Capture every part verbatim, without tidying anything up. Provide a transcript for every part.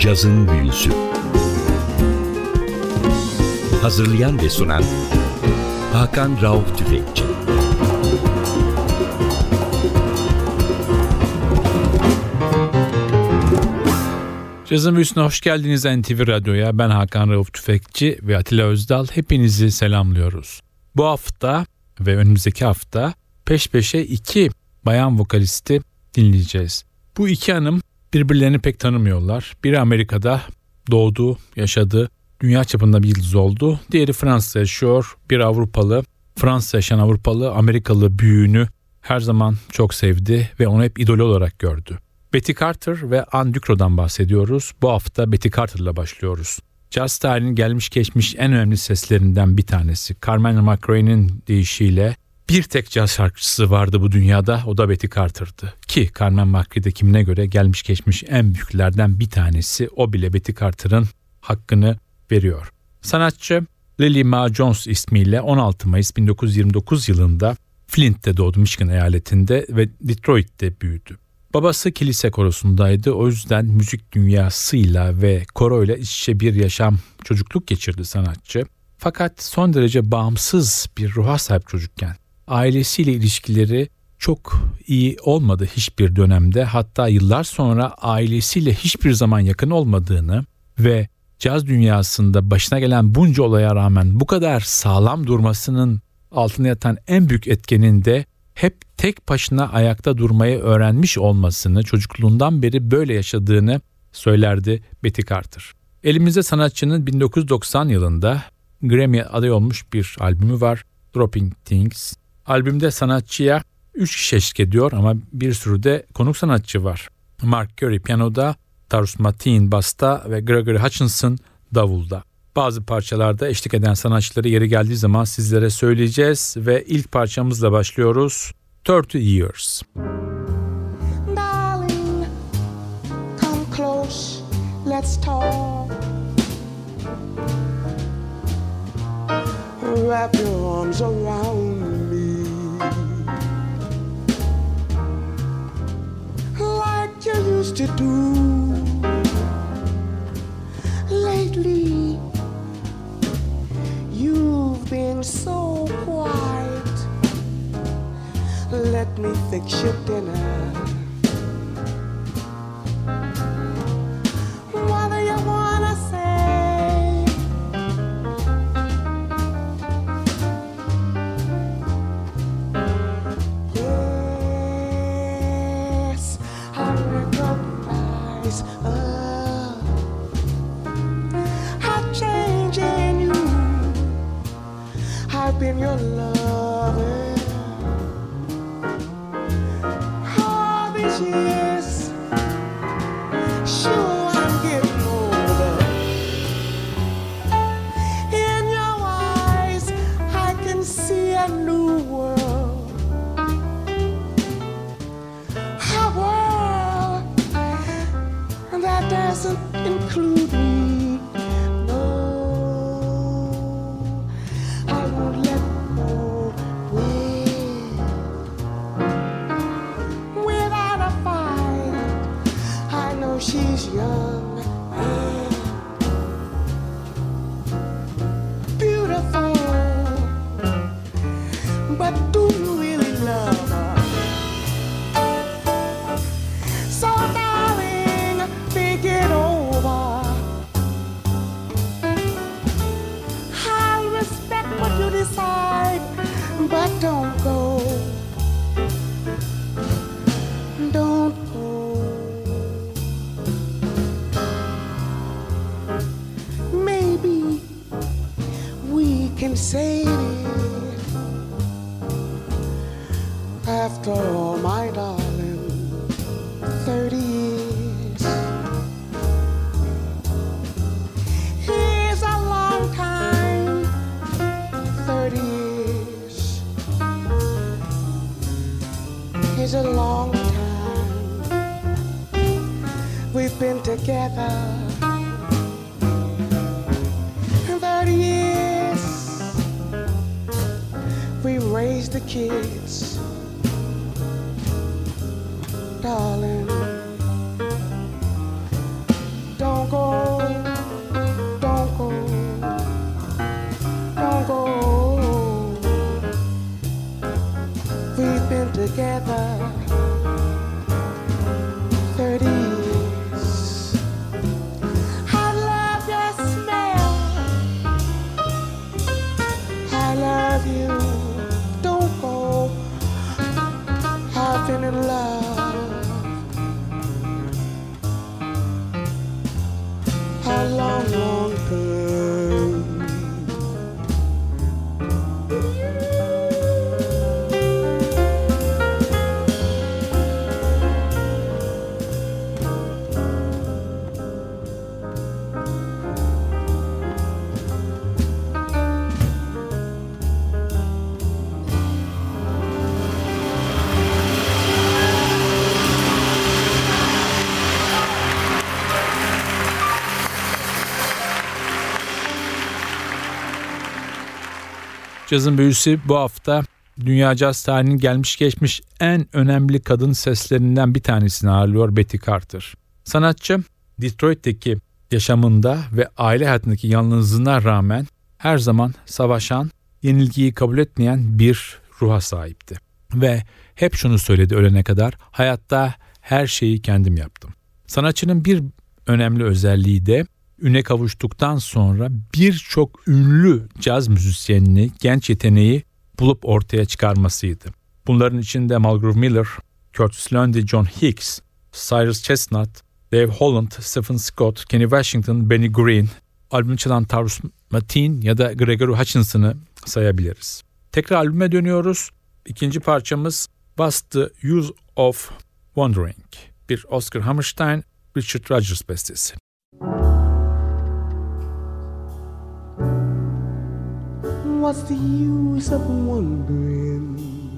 Cazın Büyüsü. Hazırlayan ve sunan Hakan Rauf Tüfekçi. Cazın Büyüsü'ne hoş geldiniz N T V Radyo'ya. Ben Hakan Rauf Tüfekçi ve Atilla Özdal. Hepinizi selamlıyoruz. Bu hafta ve önümüzdeki hafta peş peşe iki bayan vokalisti dinleyeceğiz. Bu iki hanım birbirlerini pek tanımıyorlar. Biri Amerika'da doğdu, yaşadı, dünya çapında bir yıldız oldu. Diğeri Fransa'da yaşıyor, bir Avrupalı. Fransa'da yaşayan Avrupalı, Amerikalı büyüğünü her zaman çok sevdi ve onu hep idol olarak gördü. Betty Carter ve Anne Ducrot'dan bahsediyoruz. Bu hafta Betty Carter'la başlıyoruz. Caz tarihinin gelmiş geçmiş en önemli seslerinden bir tanesi. Carmen McRae'nin deyişiyle bir tek caz şarkıcısı vardı bu dünyada, o da Betty Carter'dı. Ki Carmen McRae de kimine göre gelmiş geçmiş en büyüklerden bir tanesi. O bile Betty Carter'ın hakkını veriyor. Sanatçı Lily Ma Jones ismiyle on altı Mayıs bin dokuz yüz yirmi dokuz yılında Flint'te doğdu, Michigan eyaletinde ve Detroit'te büyüdü. Babası kilise korosundaydı. O yüzden müzik dünyasıyla ve koroyla iç içe bir yaşam, çocukluk geçirdi sanatçı. Fakat son derece bağımsız bir ruha sahip çocukken ailesiyle ilişkileri çok iyi olmadı hiçbir dönemde. Hatta yıllar sonra ailesiyle hiçbir zaman yakın olmadığını ve caz dünyasında başına gelen bunca olaya rağmen bu kadar sağlam durmasının altında yatan en büyük etkenin de hep tek başına ayakta durmayı öğrenmiş olmasını, çocukluğundan beri böyle yaşadığını söylerdi Betty Carter. Elimizde sanatçının bin dokuz yüz doksan yılında Grammy adayı olmuş bir albümü var, Dropping Things. Albümde sanatçıya üç kişi eşlik ediyor ama bir sürü de konuk sanatçı var. Mark Curry piyanoda, Tarus Martin basta ve Gregory Hutchinson davulda. Bazı parçalarda eşlik eden sanatçıları yeri geldiği zaman sizlere söyleyeceğiz ve ilk parçamızla başlıyoruz. thirty years. Darling, come close, let's talk. Wrap your arms around me like you used to do. Lately you've been so quiet. Let me fix your dinner. What do you wanna say? Yes, I recognize a hot change in you. I've been your lover all these years. Sure, I'm getting older. In your eyes, I can see a new world. A world that doesn't include me. No, I won't let go with, without a fight. I know she's young and beautiful, but do you really love her? So darling, think it over. I'll respect what you decide, but don't go. Don't go. Maybe we can save it. After all, my darling, thirty years is a long time. Thirty years is a long time. We've been together thirty years. We raised the kids, darling. Don't go together thirty years. I love your smell. I love you. Don't go. I've been in love a long, long time. Cazın büyüsü bu hafta dünya caz tarihinin gelmiş geçmiş en önemli kadın seslerinden bir tanesini ağırlıyor, Betty Carter. Sanatçı Detroit'teki yaşamında ve aile hayatındaki yalnızlığına rağmen her zaman savaşan, yenilgiyi kabul etmeyen bir ruha sahipti. Ve hep şunu söyledi ölene kadar: hayatta her şeyi kendim yaptım. Sanatçının bir önemli özelliği de üne kavuştuktan sonra birçok ünlü caz müzisyenini, genç yeteneği bulup ortaya çıkarmasıydı. Bunların içinde Mulgrew Miller, Curtis Lundy, John Hicks, Cyrus Chestnut, Dave Holland, Stephen Scott, Kenny Washington, Benny Green, albüm çalan Taurus Martin ya da Gregory Hutchinson'ı sayabiliriz. Tekrar albüme dönüyoruz. İkinci parçamız What's the Use of Wondering? Bir Oscar Hammerstein, Richard Rodgers bestesi. What's the use of wondering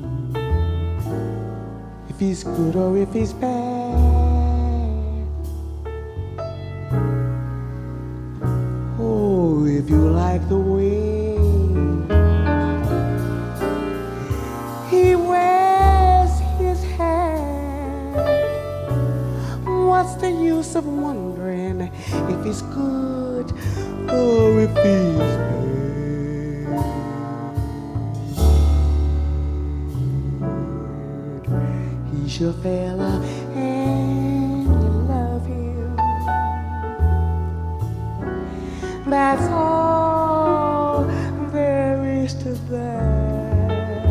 if he's good or if he's bad? Oh, if you like the way he wears his hat, what's the use of wondering if he's good or if he's bad? He's your fella and you love him. That's all there is to that.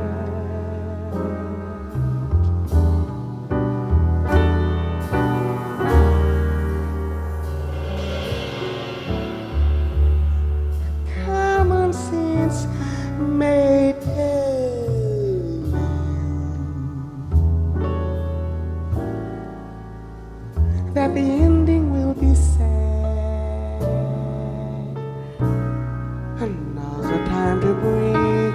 Common sense may tell that the ending will be sad, and now's the time to break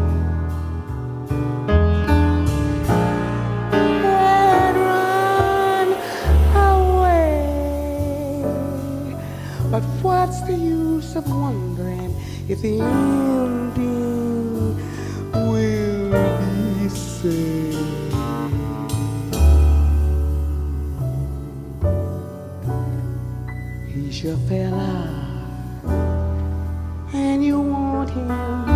and run away. But what's the use of wondering if the ending will be sad? He's your fella, and you want him.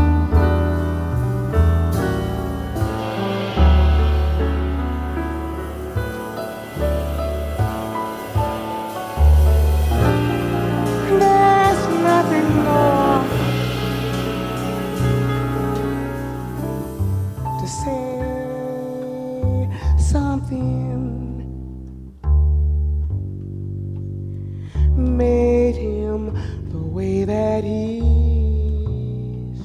There's nothing more to say. Something made him the way that he is.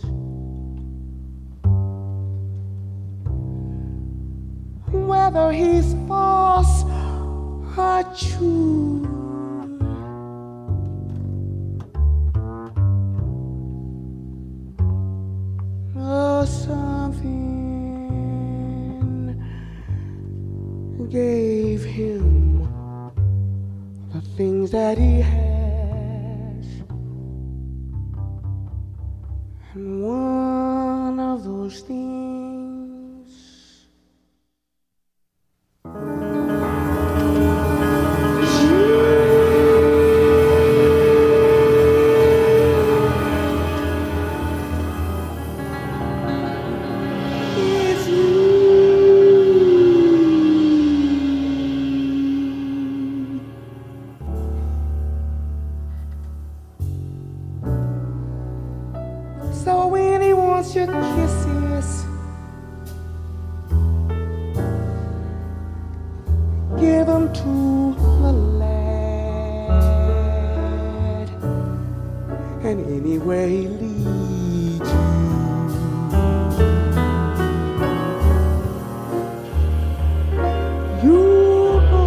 Whether he's false or true, or something gave him the things that he has, and one of those things is you. It's you. So when he wants your kisses, give them to the lad, and anywhere he leads you, you go,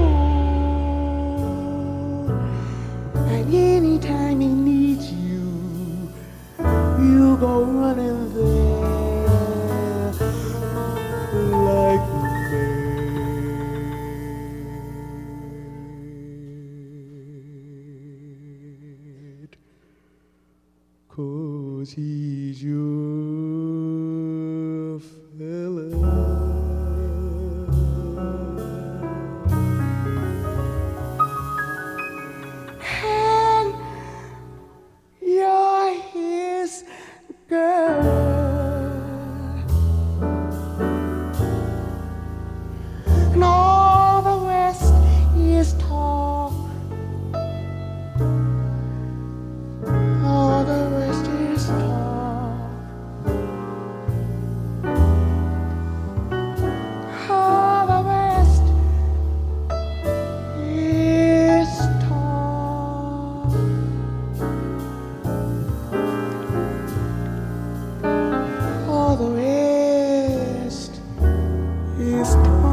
and anytime he needs you, you go running there like mad, 'cause he's your fella. And you're his girl, and all the rest is talk. All the rest is talk. All the rest is talk. All the rest is talk.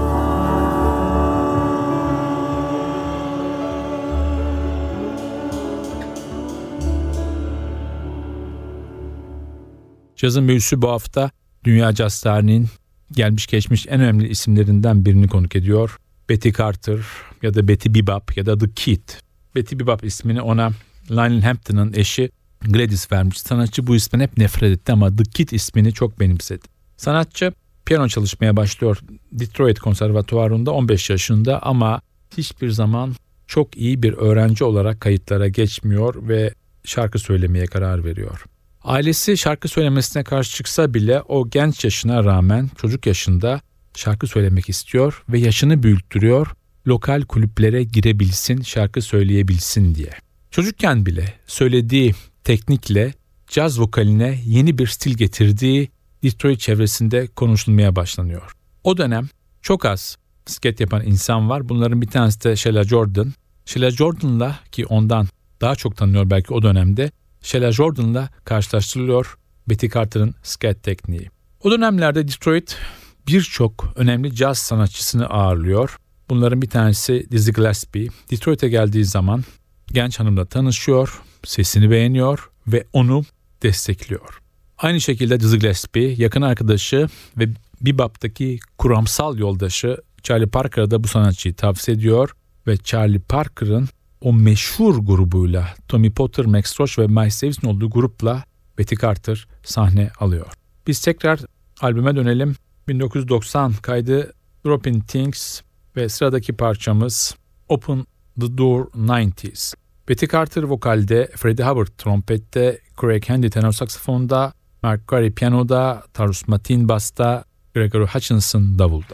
Cazın büyüsü bu hafta dünya caz tarihinin gelmiş geçmiş en önemli isimlerinden birini konuk ediyor. Betty Carter ya da Betty Bebop ya da The Kid. Betty Bebop ismini ona Lionel Hampton'ın eşi Gladys vermiş. Sanatçı bu ismen hep nefret etti ama The Kid ismini çok benimsedi. Sanatçı piyano çalışmaya başlıyor Detroit Konservatuvarı'nda on beş yaşında ama hiçbir zaman çok iyi bir öğrenci olarak kayıtlara geçmiyor ve şarkı söylemeye karar veriyor. Ailesi şarkı söylemesine karşı çıksa bile o genç yaşına rağmen çocuk yaşında şarkı söylemek istiyor ve yaşını büyüttürüyor, lokal kulüplere girebilsin, şarkı söyleyebilsin diye. Çocukken bile söylediği teknikle caz vokaline yeni bir stil getirdiği Detroit çevresinde konuşulmaya başlanıyor. O dönem çok az sket yapan insan var. Bunların bir tanesi de Sheila Jordan. Sheila Jordan'la, ki ondan daha çok tanınıyor belki o dönemde, Sheila Jordan'la karşılaştırılıyor Betty Carter'ın sket tekniği. O dönemlerde Detroit birçok önemli caz sanatçısını ağırlıyor. Bunların bir tanesi Dizzy Gillespie. Detroit'e geldiği zaman genç hanımla tanışıyor, sesini beğeniyor ve onu destekliyor. Aynı şekilde Dizzy Gillespie yakın arkadaşı ve bebop'taki kuramsal yoldaşı Charlie Parker'a da bu sanatçıyı tavsiye ediyor ve Charlie Parker'ın o meşhur grubuyla Tommy Potter, Max Roach ve Miles Davis'in olduğu grupla Betty Carter sahne alıyor. Biz tekrar albüme dönelim. bin dokuz yüz doksan kaydı Dropping Things ve sıradaki parçamız Open the Door doksanlar. Betty Carter vokalde, Freddie Hubbard trompette, Craig Handy tenor saksafonda, Mark Curry piyanoda, Tarus Martin basta, Gregory Hutchinson davulda.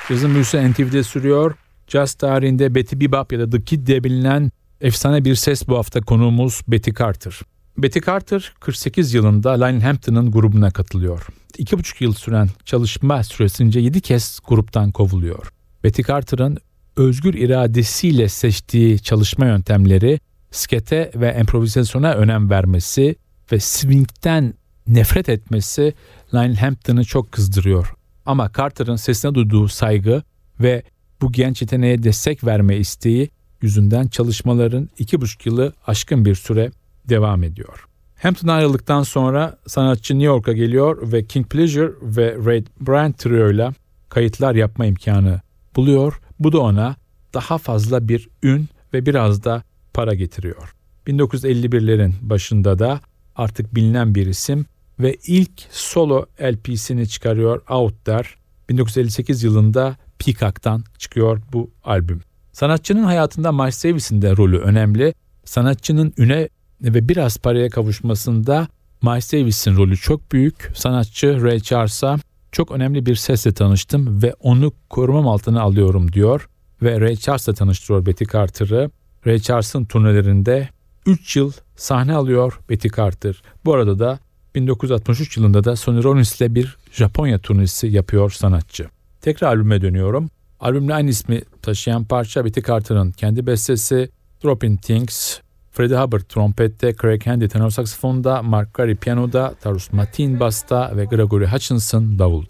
Cazın büyüsü N T V'de sürüyor. Caz tarihinde Betty Bebop ya da The Kid diye bilinen efsane bir ses bu hafta konuğumuz Betty Carter. Betty Carter kırk sekiz yılında Lionel Hampton'ın grubuna katılıyor. İki buçuk yıl süren çalışma süresince yedi kez gruptan kovuluyor. Betty Carter'ın özgür iradesiyle seçtiği çalışma yöntemleri, skete ve improvizasyona önem vermesi ve swing'den nefret etmesi Lionel Hampton'ı çok kızdırıyor. Ama Carter'ın sesine duyduğu saygı ve bu genç yeteneğe destek verme isteği yüzünden çalışmaların iki buçuk yılı aşkın bir süre devam ediyor. Hampton ayrıldıktan sonra sanatçı New York'a geliyor ve King Pleasure ve Ray Bryant Trio ile kayıtlar yapma imkanı buluyor. Bu da ona daha fazla bir ün ve biraz da para getiriyor. bin dokuz yüz elli birlerin başında da artık bilinen bir isim ve ilk solo L P'sini çıkarıyor Out There. bin dokuz yüz elli sekiz yılında Peacock'tan çıkıyor bu albüm. Sanatçının hayatında Miles Davis'in de rolü önemli. Sanatçının üne ve biraz paraya kavuşmasında Miles Davis'in rolü çok büyük. Sanatçı Ray Charles'a çok önemli bir sesle tanıştım ve onu korumam altına alıyorum diyor. Ve Ray Charles'la tanıştırıyor Betty Carter'ı. Ray Charles'ın turnelerinde üç yıl sahne alıyor Betty Carter. Bu arada da bin dokuz yüz altmış üç yılında da Sonny Rollins ile bir Japonya turnesi yapıyor sanatçı. Tekrar albüme dönüyorum. Albümle aynı ismi taşıyan parça Betty Carter'ın kendi bestesi Dropping Things. Freddie Hubbard trompette, Craig Handy tenor saksafonda, Mark Gary piyanoda, Tarus Martin basta ve Gregory Hutchinson davulda.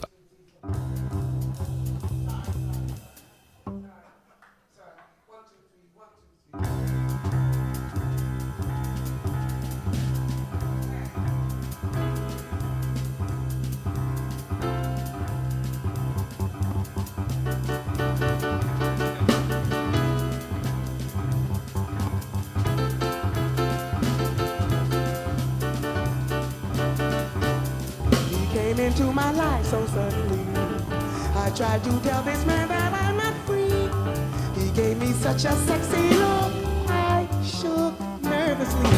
Into my life so suddenly, I tried to tell this man that I'm not free. He gave me such a sexy look, I shook nervously.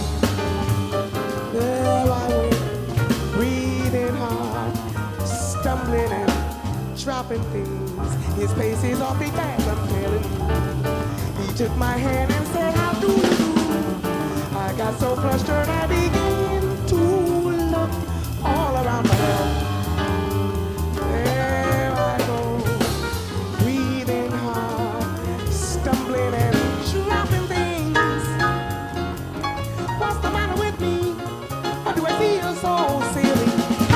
There I went, breathing hard, stumbling and dropping things. His pace is awfully fast, I'm telling you. He took my hand and said, how do you do? I got so flustered I began to look all around myself. There I go, breathing hard, stumbling and dropping things. What's the matter with me? Why do I feel so silly?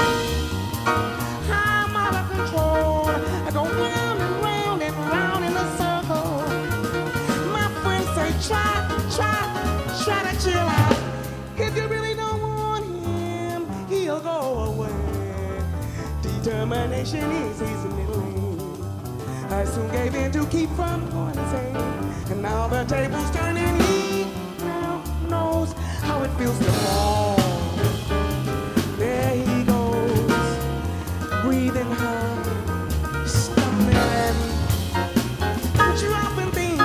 I'm out of control. I go round and round and round in a circle. My friends say, try, try, try to chill out. If you really don't want him, he'll go away. Determination is his middle name. I soon gave in to keep from going insane. And now the table's turning. He now knows how it feels to fall. There he goes, breathing hard, stumbling and dropping things.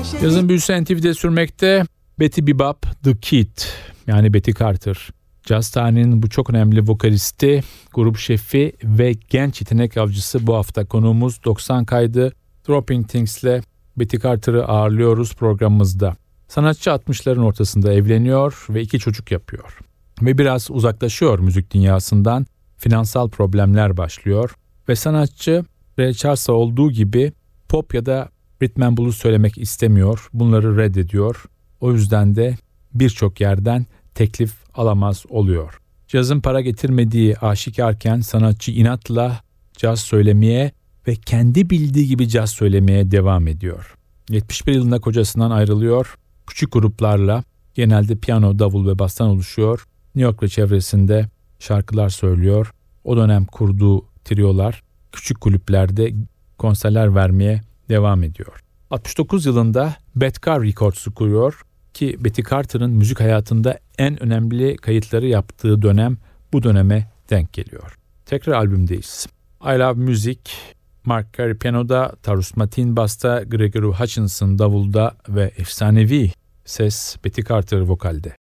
Yazın büyüsü N T V'de sürmekte. Betty Bebop The Kid, yani Betty Carter. Caz tarihinin bu çok önemli vokalisti, grup şefi ve genç yetenek avcısı bu hafta konuğumuz. doksan kaydı Dropping Things'le Betty Carter'ı ağırlıyoruz programımızda. Sanatçı altmışların ortasında evleniyor ve iki çocuk yapıyor. Ve biraz uzaklaşıyor müzik dünyasından, finansal problemler başlıyor ve sanatçı Ray Charles'a olduğu gibi pop ya da rhythm and blues söylemek istemiyor, bunları reddediyor. O yüzden de birçok yerden teklif alamaz oluyor. Cazın para getirmediği aşikarken sanatçı inatla caz söylemeye ve kendi bildiği gibi caz söylemeye devam ediyor. yetmiş bir yılında kocasından ayrılıyor. Küçük gruplarla, genelde piyano, davul ve bastan oluşuyor. New York ve çevresinde şarkılar söylüyor. O dönem kurduğu triolar küçük kulüplerde konserler vermeye devam ediyor. altmış dokuz yılında Bad Car Records'u kuruyor ki Betty Carter'ın müzik hayatında en önemli kayıtları yaptığı dönem bu döneme denk geliyor. Tekrar albümdeyiz. I Love Music, Mark Carey piyanoda, Tarus Martin basta, Gregory Hutchinson davulda ve efsanevi ses Betty Carter vokalde.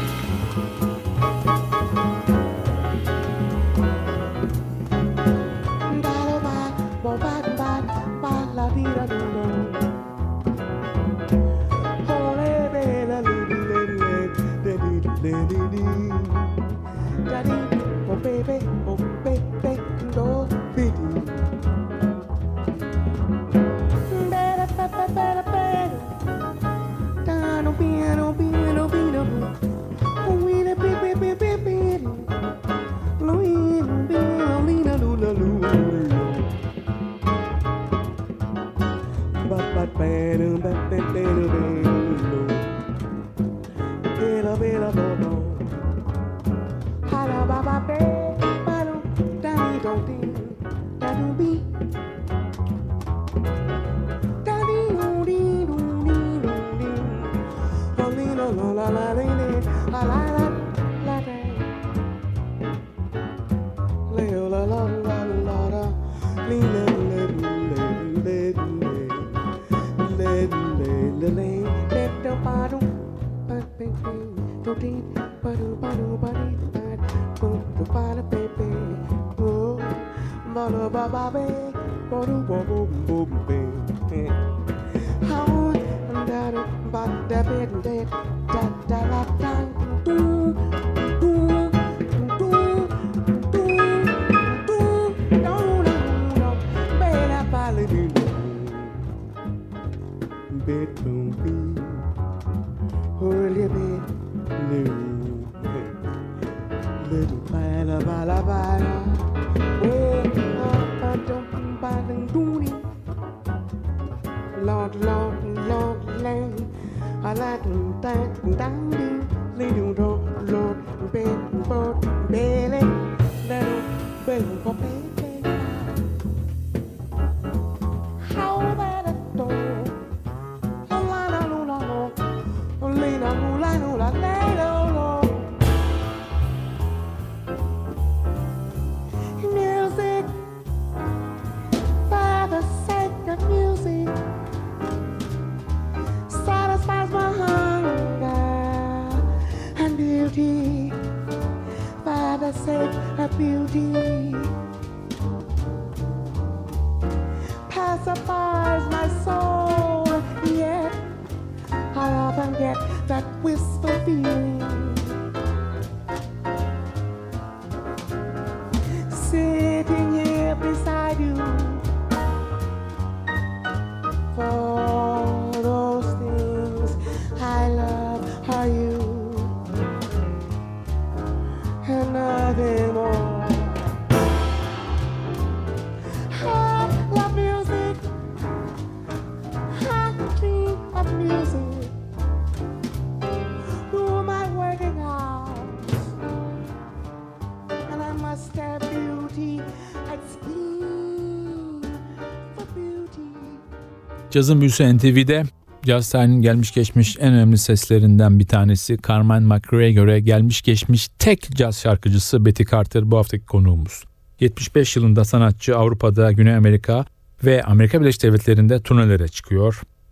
Cazın büyüsü N T V'de. Caz tarihinin gelmiş geçmiş en önemli seslerinden bir tanesi Carmine McGregor'e gelmiş geçmiş tek caz şarkıcısı Betty Carter bu haftaki konuğumuz. yetmiş beş yılında sanatçı Avrupa'da, Güney Amerika ve Amerika Birleşik Devletleri'nde turnelere çıkıyor.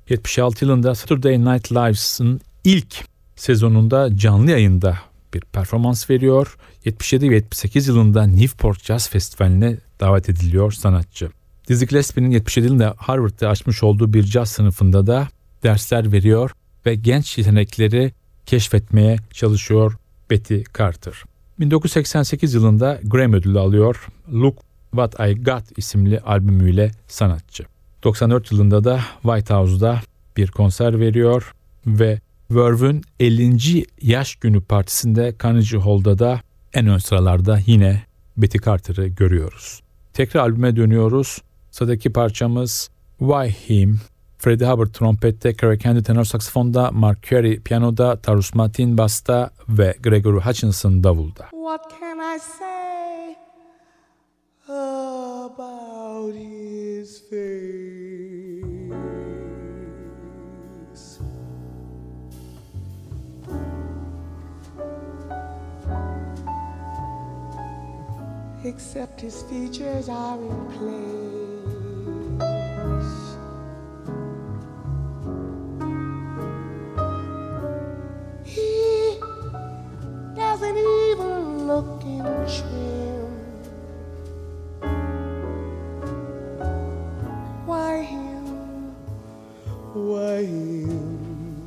yetmiş altı yılında Saturday Night Lives'ın ilk sezonunda canlı yayında bir performans veriyor. yetmiş yedi ve yetmiş sekiz yılında Newport Jazz Festivali'ne davet ediliyor sanatçı. Dizzy Gillespie'nin yetmiş yedi yılında Harvard'da açmış olduğu bir caz sınıfında da dersler veriyor ve genç yetenekleri keşfetmeye çalışıyor Betty Carter. bin dokuz yüz seksen sekiz yılında Grammy ödülü alıyor Look What I Got isimli albümüyle sanatçı. doksan dört yılında da White House'da bir konser veriyor ve Verve'ün ellinci yaş günü partisinde Carnegie Hall'da da en ön sıralarda yine Betty Carter'ı görüyoruz. Tekrar albüme dönüyoruz. Sıradaki parçamız Why Him? Freddie Hubbard trompette, Kerry Candy tenor saksafonda, Mark Carey piyanoda, Tarus Martin basta ve Gregory Hutchinson davulda. What can I say about his face? Except his features are in place. He doesn't even look in trim. Why him? Why him?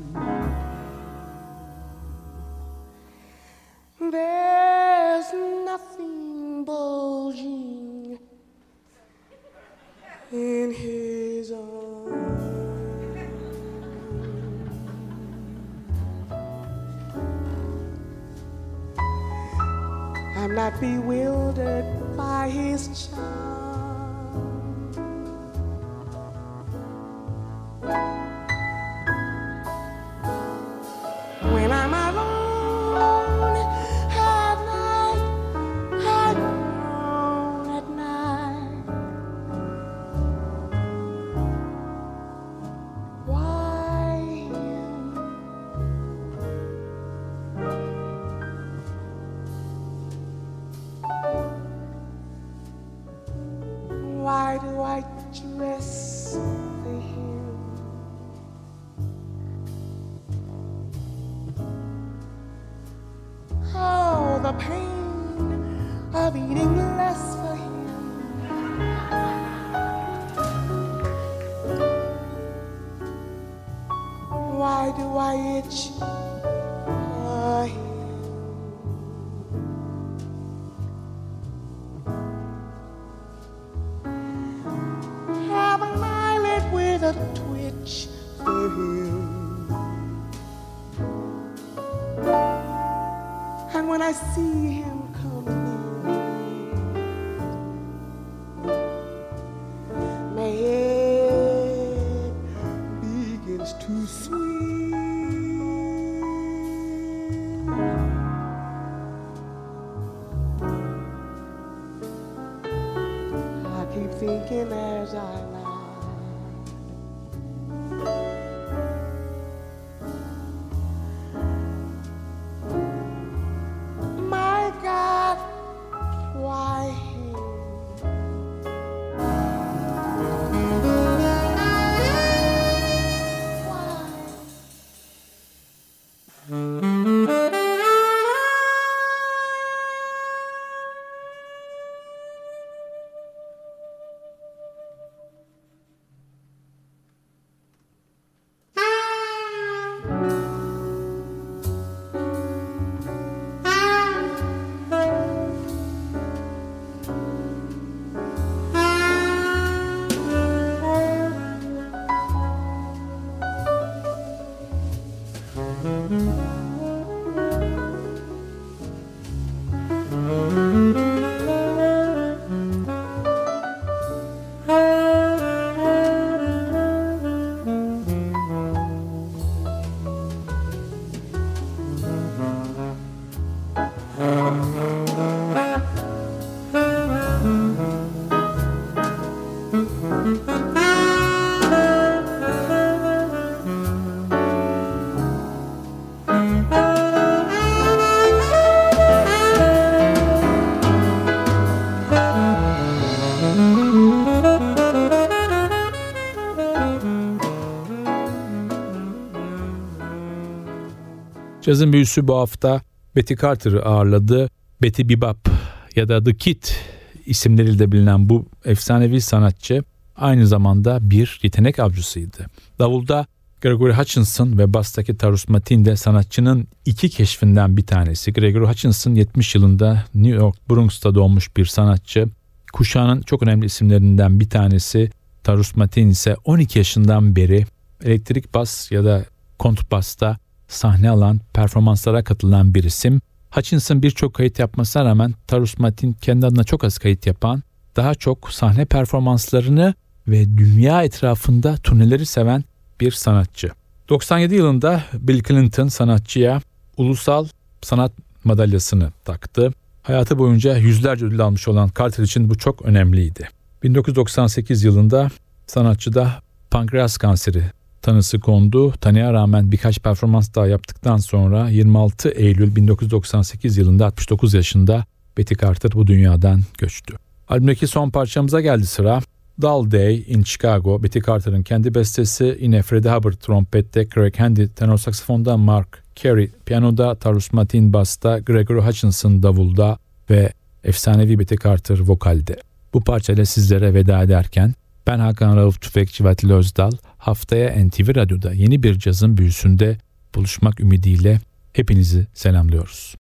There's nothing bulging in his arms. I'm not bewildered by his charm. When I'm alone at night, alone at night, why him? Why do I dress for him? Oh, the pain of eating less for him. Why do I itch for him? Have an eyelid with a twitch for him. And when I see him coming in, my head begins to swim. I keep thinking as I lie, my God, Cazın büyüsü bu hafta Betty Carter'ı ağırladı. Betty Bebop ya da The Kid isimleriyle bilinen bu efsanevi sanatçı aynı zamanda bir yetenek avcısıydı. Davulda Gregory Hutchinson ve bastaki Tarus Matin de sanatçının iki keşfinden bir tanesi. Gregory Hutchinson yetmiş yılında New York Bronx'ta doğmuş bir sanatçı. Kuşağının çok önemli isimlerinden bir tanesi. Tarus Matin ise on iki yaşından beri elektrik bas ya da kontrbasta sahne alan, performanslara katılan bir isim. Hutchinson birçok kayıt yapmasına rağmen Tarus Matin kendi adına çok az kayıt yapan, daha çok sahne performanslarını ve dünya etrafında turneleri seven bir sanatçı. doksan yedi yılında Bill Clinton sanatçıya ulusal sanat madalyasını taktı. Hayatı boyunca yüzlerce ödül almış olan Carter için bu çok önemliydi. bin dokuz yüz doksan sekiz yılında sanatçıda pankreas kanseri tanısı kondu. Tanıya rağmen birkaç performans daha yaptıktan sonra yirmi altı Eylül bin dokuz yüz doksan sekiz yılında altmış dokuz yaşında Betty Carter bu dünyadan göçtü. Albümdeki son parçamıza geldi sıra. Dull Day in Chicago, Betty Carter'ın kendi bestesi. Yine Freddie Hubbard trompette, Craig Handy tenor saksafonda, Mark Carey piyanoda, Tarus Matin basta, Gregory Hutchinson davulda ve efsanevi Betty Carter vokalde. Bu parçayla sizlere veda ederken ben Hakan Rauf Tüfekçi ve Atilla Özdal, haftaya N T V Radyo'da yeni bir cazın büyüsünde buluşmak ümidiyle hepinizi selamlıyoruz.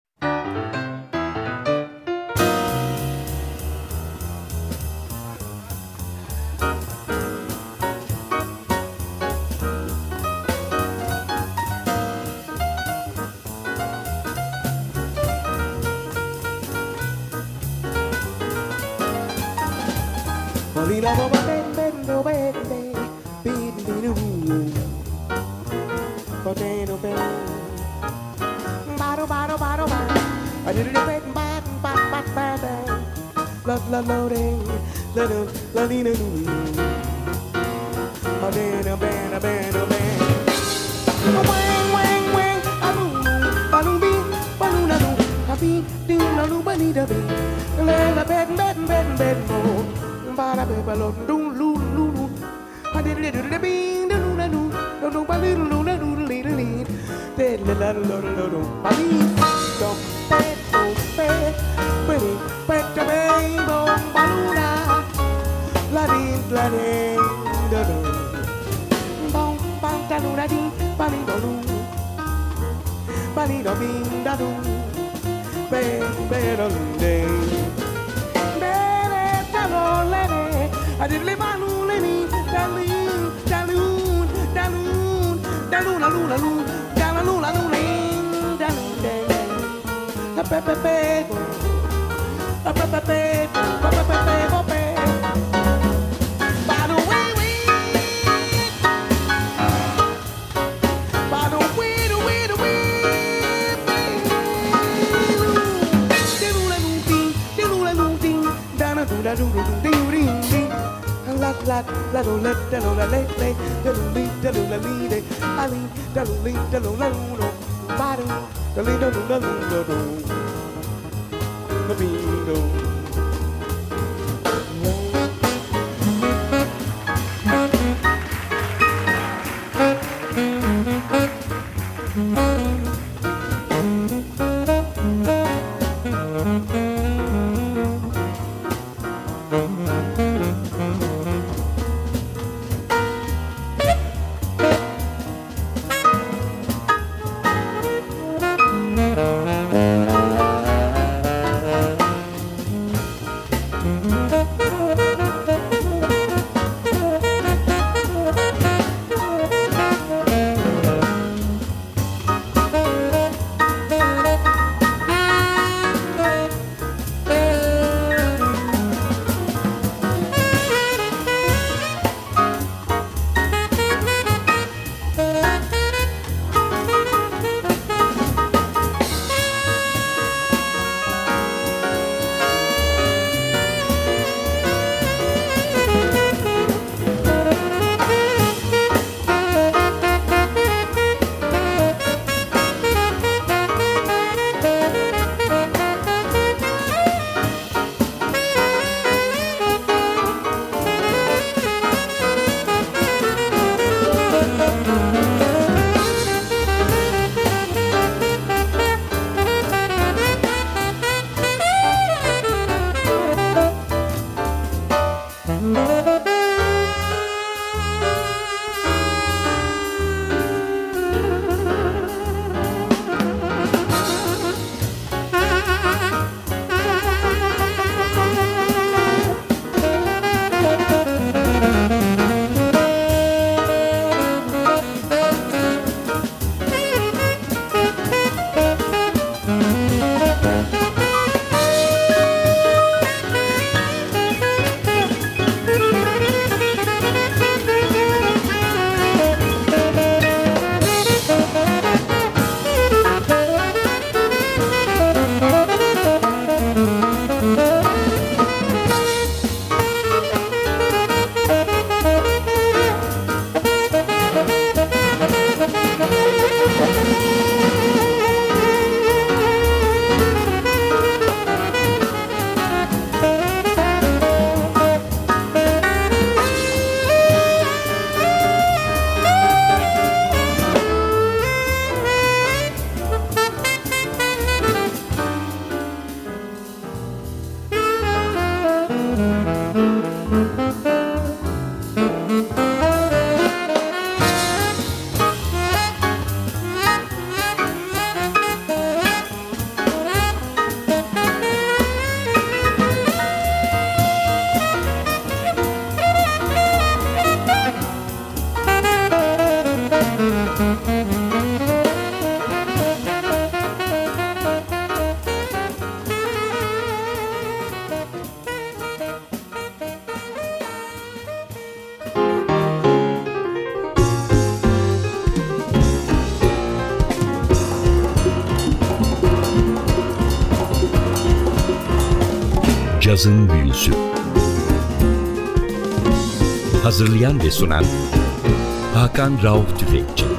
Cazın Büyüsü. Hazırlayan ve sunan Hakan Rauf Tüfekçi.